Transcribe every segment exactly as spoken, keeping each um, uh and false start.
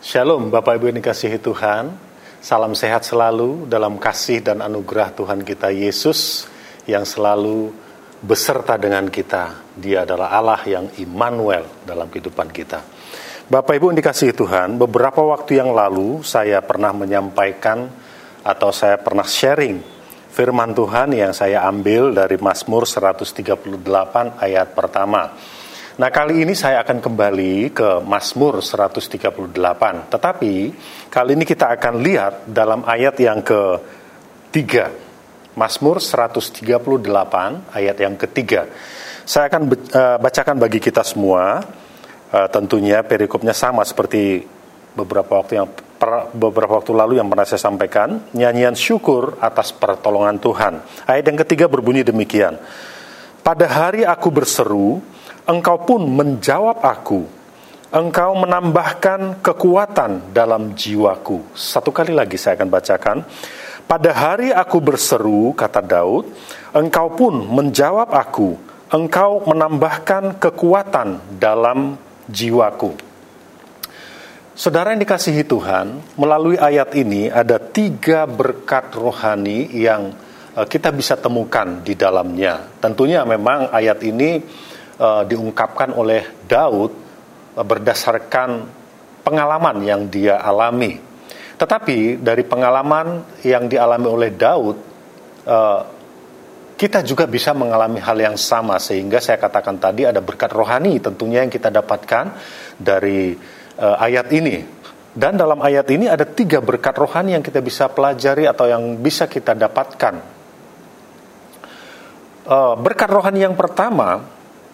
Shalom Bapak Ibu yang dikasihi Tuhan. Salam sehat selalu dalam kasih dan anugerah Tuhan kita Yesus yang selalu beserta dengan kita. Dia adalah Allah yang Immanuel dalam kehidupan kita. Bapak Ibu yang dikasihi Tuhan, beberapa waktu yang lalu saya pernah menyampaikan atau saya pernah sharing firman Tuhan yang saya ambil dari Mazmur seratus tiga puluh delapan ayat pertama. Nah, kali ini saya akan kembali ke Mazmur seratus tiga puluh delapan. Tetapi kali ini kita akan lihat dalam ayat yang ketiga. Mazmur seratus tiga puluh delapan ayat yang ketiga. Saya akan uh, bacakan bagi kita semua. Uh, tentunya perikopnya sama seperti beberapa waktu yang per, beberapa waktu lalu yang pernah saya sampaikan. Nyanyian syukur atas pertolongan Tuhan. Ayat yang ketiga berbunyi demikian. Pada hari aku berseru, Engkau pun menjawab aku. Engkau menambahkan kekuatan dalam jiwaku. Satu kali lagi saya akan bacakan. Pada hari aku berseru, kata Daud, Engkau pun menjawab aku. Engkau menambahkan kekuatan dalam jiwaku. Saudara yang dikasihi Tuhan, melalui ayat ini ada tiga berkat rohani yang kita bisa temukan di dalamnya. Tentunya memang ayat ini Uh, diungkapkan oleh Daud uh, berdasarkan pengalaman yang dia alami. Tetapi dari pengalaman yang dialami oleh Daud, uh, kita juga bisa mengalami hal yang sama. Sehingga saya katakan tadi ada berkat rohani tentunya yang kita dapatkan dari uh, ayat ini. Dan dalam ayat ini ada tiga berkat rohani yang kita bisa pelajari atau yang bisa kita dapatkan. Uh, berkat rohani yang pertama,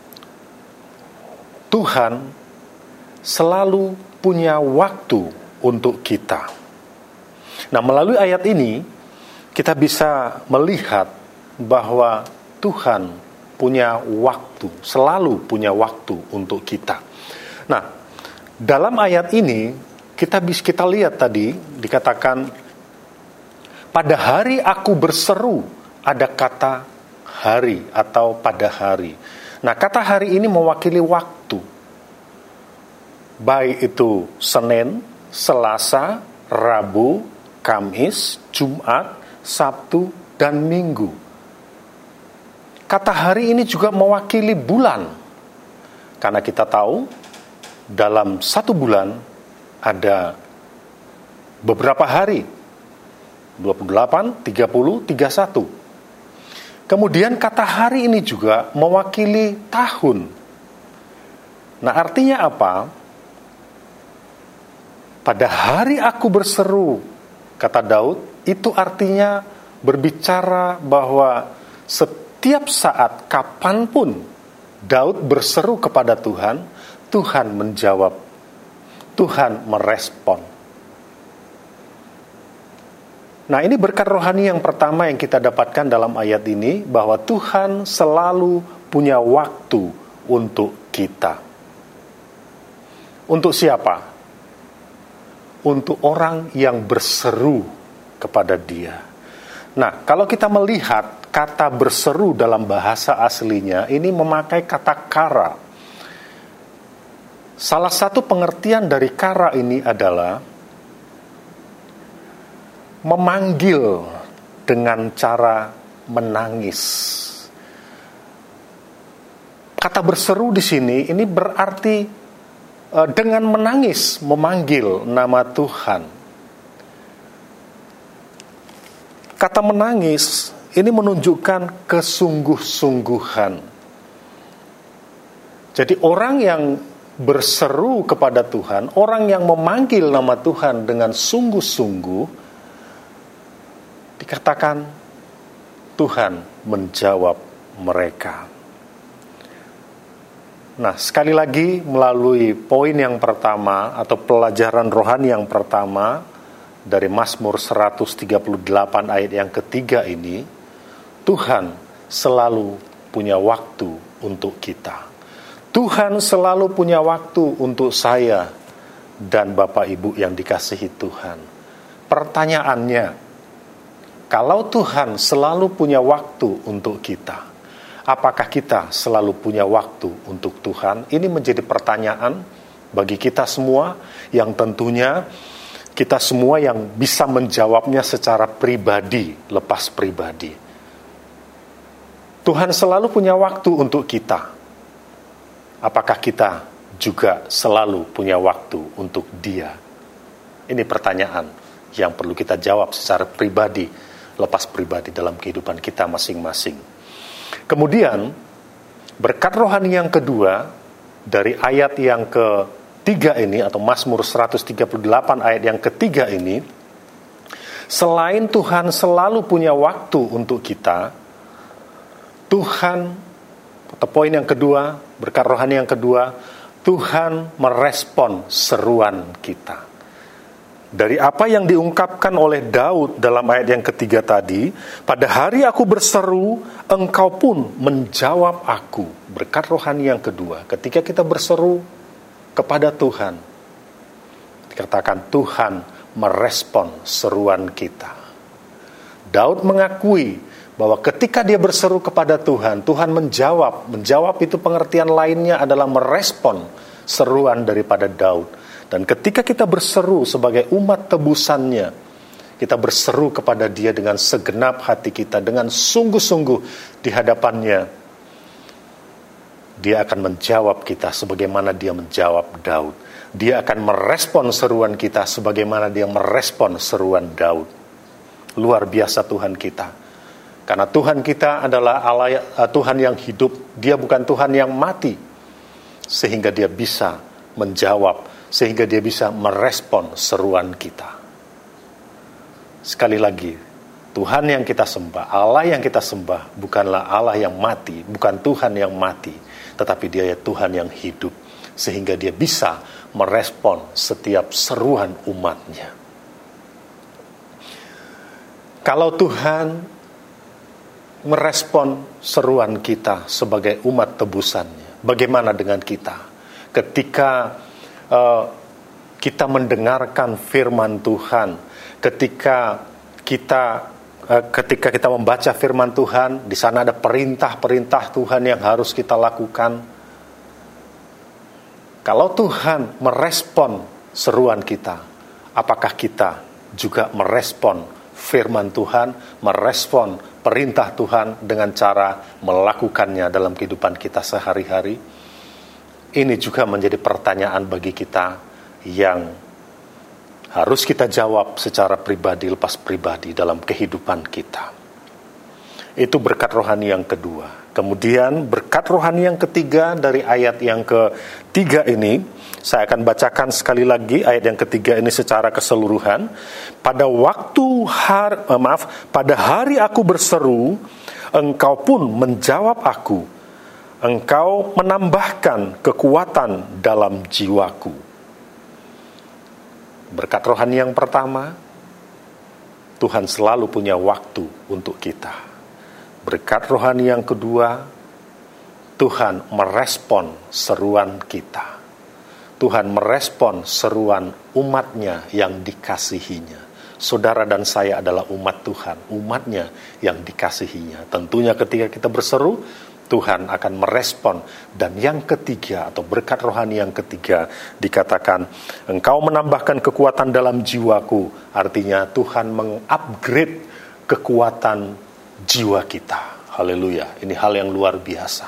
Tuhan selalu punya waktu untuk kita. Nah, melalui ayat ini kita bisa melihat bahwa Tuhan punya waktu, selalu punya waktu untuk kita. Nah, dalam ayat ini kita bisa kita lihat tadi dikatakan pada hari aku berseru, ada kata hari atau pada hari. Nah, kata hari ini mewakili waktu. Baik itu Senin, Selasa, Rabu, Kamis, Jumat, Sabtu, dan Minggu. Kata hari ini juga mewakili bulan. Karena kita tahu dalam satu bulan ada beberapa hari. dua puluh delapan, tiga puluh, tiga puluh satu. Kemudian kata hari ini juga mewakili tahun. Nah, artinya apa? Pada hari aku berseru, kata Daud, itu artinya berbicara bahwa setiap saat, kapanpun Daud berseru kepada Tuhan, Tuhan menjawab, Tuhan merespon. Nah, ini berkat rohani yang pertama yang kita dapatkan dalam ayat ini, bahwa Tuhan selalu punya waktu untuk kita. Untuk siapa? Untuk orang yang berseru kepada Dia. Nah, kalau kita melihat kata berseru dalam bahasa aslinya, ini memakai kata kara. Salah satu pengertian dari kara ini adalah memanggil dengan cara menangis. Kata berseru di sini ini berarti dengan menangis memanggil nama Tuhan. Kata menangis ini menunjukkan kesungguh-sungguhan. Jadi orang yang berseru kepada Tuhan, orang yang memanggil nama Tuhan dengan sungguh-sungguh, dikatakan Tuhan menjawab mereka. Nah, sekali lagi melalui poin yang pertama atau pelajaran rohani yang pertama dari Mazmur seratus tiga puluh delapan ayat yang ketiga ini, Tuhan selalu punya waktu untuk kita. Tuhan selalu punya waktu untuk saya dan Bapak Ibu yang dikasihi Tuhan. Pertanyaannya, kalau Tuhan selalu punya waktu untuk kita, apakah kita selalu punya waktu untuk Tuhan? Ini menjadi pertanyaan bagi kita semua yang tentunya kita semua yang bisa menjawabnya secara pribadi, lepas pribadi. Tuhan selalu punya waktu untuk kita. Apakah kita juga selalu punya waktu untuk Dia? Ini pertanyaan yang perlu kita jawab secara pribadi, lepas pribadi dalam kehidupan kita masing-masing. Kemudian, berkat rohani yang kedua, dari ayat yang ketiga ini, atau Mazmur seratus tiga puluh delapan ayat yang ketiga ini, selain Tuhan selalu punya waktu untuk kita, Tuhan, atau poin yang kedua, berkat rohani yang kedua, Tuhan merespon seruan kita. Dari apa yang diungkapkan oleh Daud dalam ayat yang ketiga tadi, pada hari aku berseru, engkau pun menjawab aku. Berkat rohani yang kedua, ketika kita berseru kepada Tuhan, dikatakan Tuhan merespon seruan kita. Daud mengakui bahwa ketika dia berseru kepada Tuhan, Tuhan menjawab. Menjawab itu pengertian lainnya adalah merespon seruan daripada Daud. Dan ketika kita berseru sebagai umat tebusannya, kita berseru kepada Dia dengan segenap hati kita, dengan sungguh-sungguh di hadapannya, Dia akan menjawab kita sebagaimana Dia menjawab Daud. Dia akan merespon seruan kita sebagaimana Dia merespon seruan Daud. Luar biasa Tuhan kita. Karena Tuhan kita adalah Allah, Tuhan yang hidup. Dia bukan Tuhan yang mati. Sehingga Dia bisa menjawab, sehingga Dia bisa merespon seruan kita. Sekali lagi, Tuhan yang kita sembah, Allah yang kita sembah, bukanlah Allah yang mati, bukan Tuhan yang mati, tetapi Dia ya Tuhan yang hidup, sehingga Dia bisa merespon setiap seruan umatnya. Kalau Tuhan merespon seruan kita sebagai umat tebusannya, bagaimana dengan kita? Ketika uh, kita mendengarkan firman Tuhan, ketika kita uh, ketika kita membaca firman Tuhan, di sana ada perintah-perintah Tuhan yang harus kita lakukan. Kalau Tuhan merespon seruan kita, apakah kita juga merespon firman Tuhan, merespon perintah Tuhan dengan cara melakukannya dalam kehidupan kita sehari-hari? Ini juga menjadi pertanyaan bagi kita yang harus kita jawab secara pribadi, lepas pribadi dalam kehidupan kita. Itu berkat rohani yang kedua. Kemudian berkat rohani yang ketiga dari ayat yang ketiga ini, saya akan bacakan sekali lagi ayat yang ketiga ini secara keseluruhan. Pada waktu har, eh, maaf, pada hari aku berseru, engkau pun menjawab aku. Engkau menambahkan kekuatan dalam jiwaku. Berkat rohani yang pertama, Tuhan selalu punya waktu untuk kita. Berkat rohani yang kedua, Tuhan merespon seruan kita. Tuhan merespon seruan umatnya yang dikasihinya. Saudara dan saya adalah umat Tuhan, umatnya yang dikasihinya. Tentunya ketika kita berseru, Tuhan akan merespon. Dan yang ketiga, atau berkat rohani yang ketiga, dikatakan engkau menambahkan kekuatan dalam jiwaku. Artinya Tuhan mengupgrade kekuatan jiwa kita. Haleluya, ini hal yang luar biasa.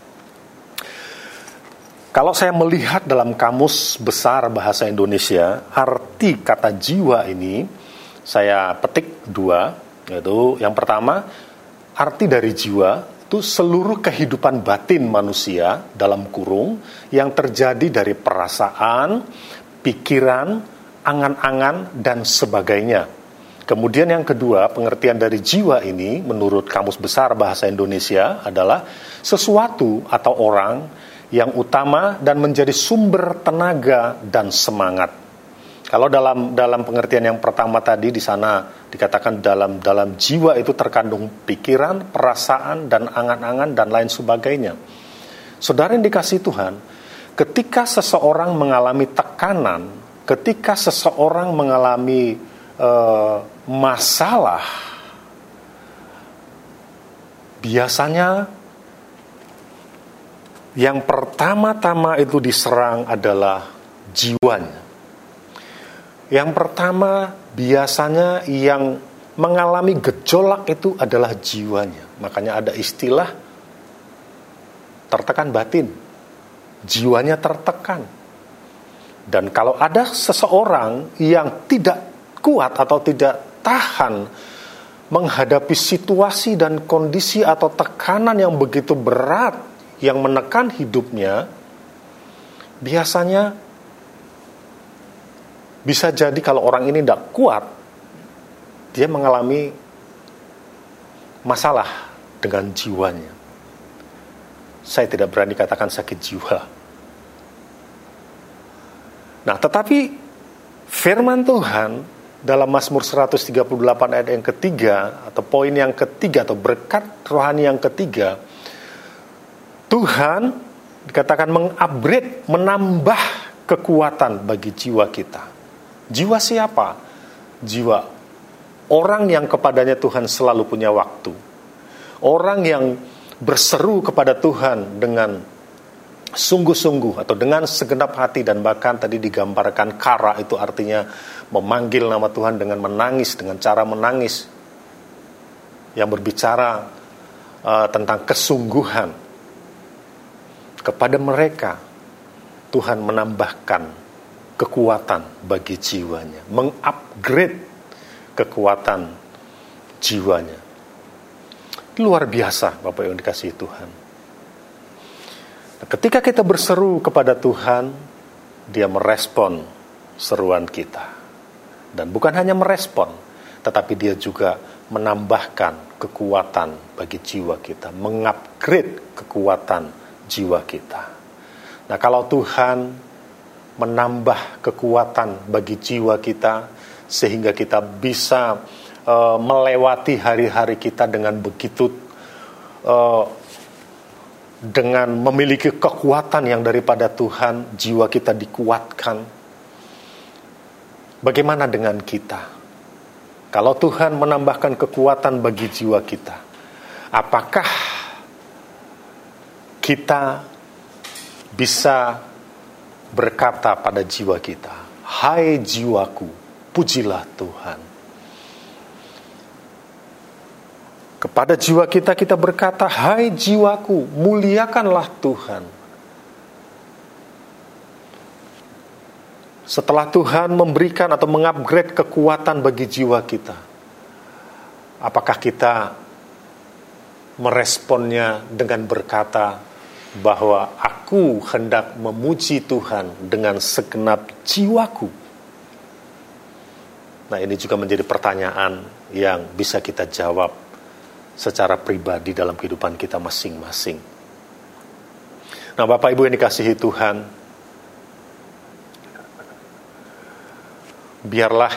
Kalau saya melihat dalam kamus besar bahasa Indonesia, arti kata jiwa ini saya petik dua, yaitu yang pertama, arti dari jiwa itu seluruh kehidupan batin manusia dalam kurung yang terjadi dari perasaan, pikiran, angan-angan, dan sebagainya. Kemudian yang kedua, pengertian dari jiwa ini menurut Kamus Besar Bahasa Indonesia adalah sesuatu atau orang yang utama dan menjadi sumber tenaga dan semangat. Kalau dalam dalam pengertian yang pertama tadi di sana dikatakan dalam dalam jiwa itu terkandung pikiran, perasaan, dan angan-angan dan lain sebagainya. Saudara yang dikasihi Tuhan, ketika seseorang mengalami tekanan, ketika seseorang mengalami uh, masalah, biasanya yang pertama-tama itu diserang adalah jiwanya. Yang pertama, biasanya yang mengalami gejolak itu adalah jiwanya. Makanya ada istilah tertekan batin. Jiwanya tertekan. Dan kalau ada seseorang yang tidak kuat atau tidak tahan menghadapi situasi dan kondisi atau tekanan yang begitu berat yang menekan hidupnya, biasanya bisa jadi kalau orang ini tidak kuat, dia mengalami masalah dengan jiwanya. Saya tidak berani katakan sakit jiwa. Nah, tetapi firman Tuhan dalam Mazmur seratus tiga puluh delapan ayat yang ketiga, atau poin yang ketiga, atau berkat rohani yang ketiga, Tuhan dikatakan mengupgrade, menambah kekuatan bagi jiwa kita. Jiwa siapa? Jiwa orang yang kepadanya Tuhan selalu punya waktu. Orang yang berseru kepada Tuhan dengan sungguh-sungguh atau dengan segenap hati, dan bahkan tadi digambarkan kara, itu artinya memanggil nama Tuhan dengan menangis, dengan cara menangis yang berbicara uh, tentang kesungguhan. Kepada mereka Tuhan menambahkan kekuatan bagi jiwanya, mengupgrade kekuatan jiwanya. Luar biasa, Bapak yang dikasihi Tuhan. Ketika kita berseru kepada Tuhan, Dia merespon seruan kita. Dan bukan hanya merespon, tetapi Dia juga menambahkan kekuatan bagi jiwa kita, mengupgrade kekuatan jiwa kita. Nah, kalau Tuhan menambah kekuatan bagi jiwa kita, sehingga kita bisa uh, melewati hari-hari kita dengan begitu uh, dengan memiliki kekuatan yang daripada Tuhan, jiwa kita dikuatkan. Bagaimana dengan kita? Kalau Tuhan menambahkan kekuatan bagi jiwa kita, apakah kita bisa berkata pada jiwa kita, "Hai jiwaku, pujilah Tuhan"? Kepada jiwa kita, kita berkata, "Hai jiwaku, muliakanlah Tuhan." Setelah Tuhan memberikan atau mengupgrade kekuatan bagi jiwa kita, apakah kita meresponnya dengan berkata bahwa aku hendak memuji Tuhan dengan segenap jiwaku? Nah, ini juga menjadi pertanyaan yang bisa kita jawab secara pribadi dalam kehidupan kita masing-masing. Nah, Bapak Ibu yang dikasihi Tuhan, biarlah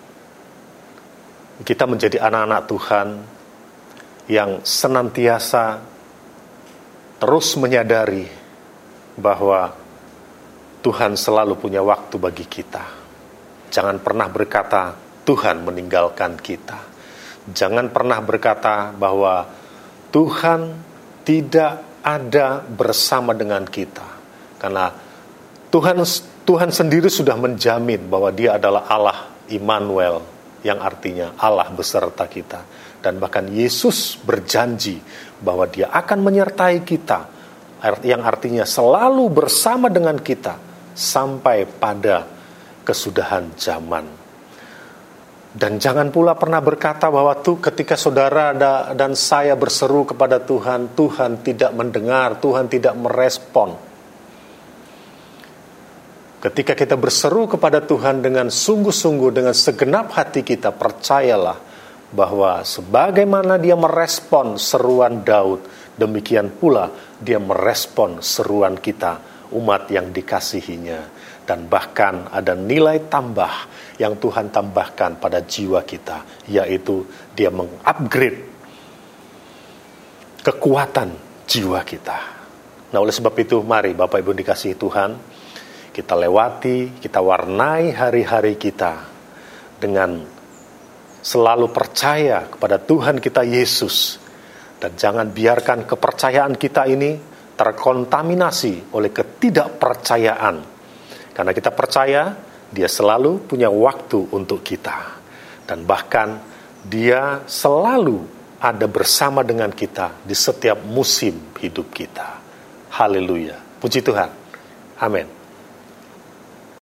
kita menjadi anak-anak Tuhan yang senantiasa terus menyadari bahwa Tuhan selalu punya waktu bagi kita. Jangan pernah berkata Tuhan meninggalkan kita. Jangan pernah berkata bahwa Tuhan tidak ada bersama dengan kita. Karena Tuhan Tuhan sendiri sudah menjamin bahwa Dia adalah Allah Immanuel, yang artinya Allah beserta kita. Dan bahkan Yesus berjanji bahwa Dia akan menyertai kita, yang artinya selalu bersama dengan kita sampai pada kesudahan zaman. Dan jangan pula pernah berkata bahwa tuh ketika saudara dan saya berseru kepada Tuhan, Tuhan tidak mendengar, Tuhan tidak merespon. Ketika kita berseru kepada Tuhan dengan sungguh-sungguh, dengan segenap hati kita, percayalah bahwa sebagaimana Dia merespon seruan Daud, demikian pula Dia merespon seruan kita, umat yang dikasihinya. Dan bahkan ada nilai tambah yang Tuhan tambahkan pada jiwa kita, yaitu Dia mengupgrade kekuatan jiwa kita. Nah, oleh sebab itu, mari Bapak Ibu dikasihi Tuhan, kita lewati, kita warnai hari-hari kita dengan selalu percaya kepada Tuhan kita Yesus. Dan jangan biarkan kepercayaan kita ini terkontaminasi oleh ketidakpercayaan. Karena kita percaya Dia selalu punya waktu untuk kita. Dan bahkan Dia selalu ada bersama dengan kita di setiap musim hidup kita. Haleluya. Puji Tuhan. Amin.